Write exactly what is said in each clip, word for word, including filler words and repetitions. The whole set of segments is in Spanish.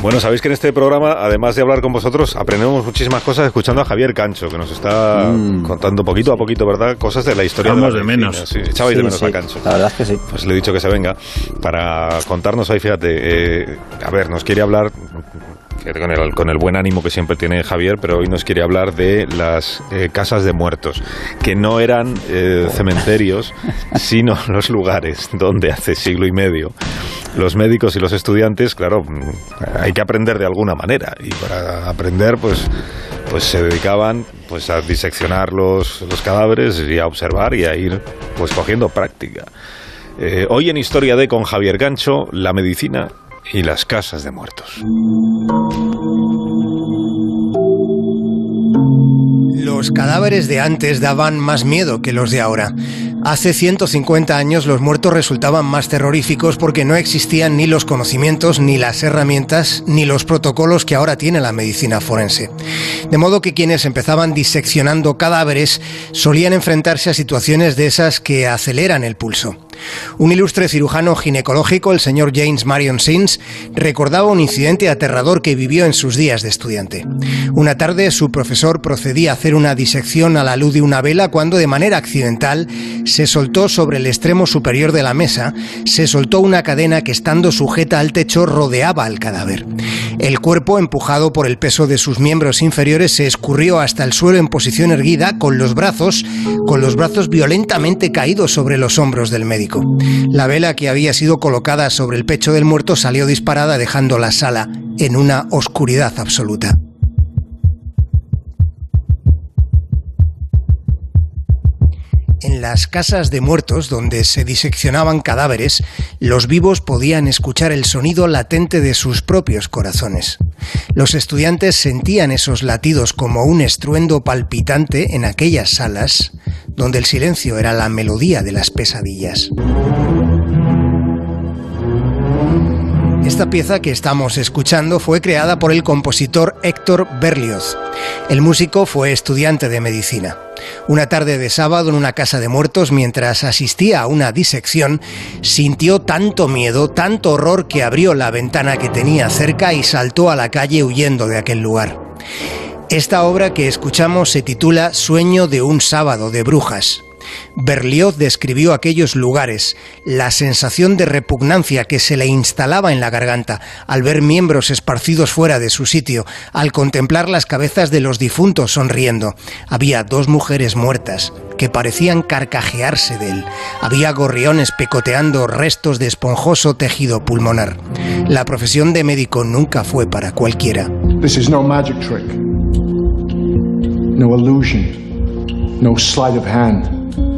Bueno, sabéis que en este programa, además de hablar con vosotros, aprendemos muchísimas cosas escuchando a Javier Cancho, que nos está mm. contando poquito a poquito, ¿verdad? Cosas de la historia Vamos de la de menos. Sí, echabais sí, de menos sí, a Cancho. La verdad es que sí. Pues le he dicho que se venga para contarnos ahí, fíjate, eh, a ver, nos quiere hablar... Con el, con el buen ánimo que siempre tiene Javier, pero hoy nos quiere hablar de las eh, casas de muertos, que no eran eh, cementerios, sino los lugares donde hace siglo y medio los médicos y los estudiantes, claro, hay que aprender de alguna manera, y para aprender, pues, pues se dedicaban pues a diseccionar los, los cadáveres y a observar y a ir pues cogiendo práctica. Eh, hoy en Historia de con Javier Cancho, la medicina y las casas de muertos. Los cadáveres de antes daban más miedo que los de ahora. Hace ciento cincuenta años los muertos resultaban más terroríficos porque no existían ni los conocimientos, ni las herramientas, ni los protocolos que ahora tiene la medicina forense. De modo que quienes empezaban diseccionando cadáveres solían enfrentarse a situaciones de esas que aceleran el pulso. Un ilustre cirujano ginecológico, el señor James Marion Sims, recordaba un incidente aterrador que vivió en sus días de estudiante. Una tarde, su profesor procedía a hacer una disección a la luz de una vela cuando, de manera accidental, se soltó sobre el extremo superior de la mesa, se soltó una cadena que, estando sujeta al techo, rodeaba al cadáver. El cuerpo, empujado por el peso de sus miembros inferiores, se escurrió hasta el suelo en posición erguida, con los brazos, con los brazos violentamente caídos sobre los hombros del médico. La vela que había sido colocada sobre el pecho del muerto salió disparada, dejando la sala en una oscuridad absoluta. En las casas de muertos, donde se diseccionaban cadáveres, los vivos podían escuchar el sonido latente de sus propios corazones. Los estudiantes sentían esos latidos como un estruendo palpitante en aquellas salas, donde el silencio era la melodía de las pesadillas. Esta pieza que estamos escuchando fue creada por el compositor Héctor Berlioz. El músico fue estudiante de medicina. Una tarde de sábado en una casa de muertos, mientras asistía a una disección, sintió tanto miedo, tanto horror, que abrió la ventana que tenía cerca y saltó a la calle huyendo de aquel lugar. Esta obra que escuchamos se titula Sueño de un sábado de brujas. Berlioz describió aquellos lugares, la sensación de repugnancia que se le instalaba en la garganta al ver miembros esparcidos fuera de su sitio, al contemplar las cabezas de los difuntos sonriendo. Había dos mujeres muertas que parecían carcajearse de él. Había gorriones picoteando restos de esponjoso tejido pulmonar. La profesión de médico nunca fue para cualquiera. This is no magic trick. No illusion. No sleight of hand.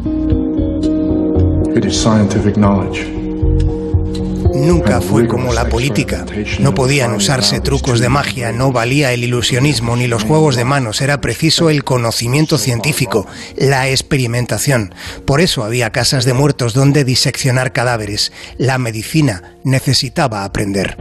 It is scientific knowledge. Nunca fue como la política. No podían usarse trucos de magia, no valía el ilusionismo ni los juegos de manos. Era preciso el conocimiento científico, la experimentación. Por eso había casas de muertos donde diseccionar cadáveres. La medicina necesitaba aprender.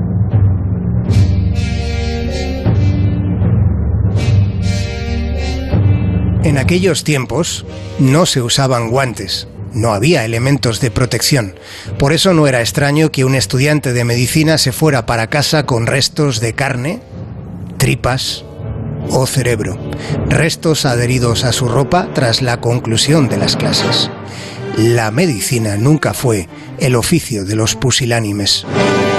En aquellos tiempos no se usaban guantes. No había elementos de protección. Por eso no era extraño que un estudiante de medicina se fuera para casa con restos de carne, tripas o cerebro. Restos adheridos a su ropa tras la conclusión de las clases. La medicina nunca fue el oficio de los pusilánimes.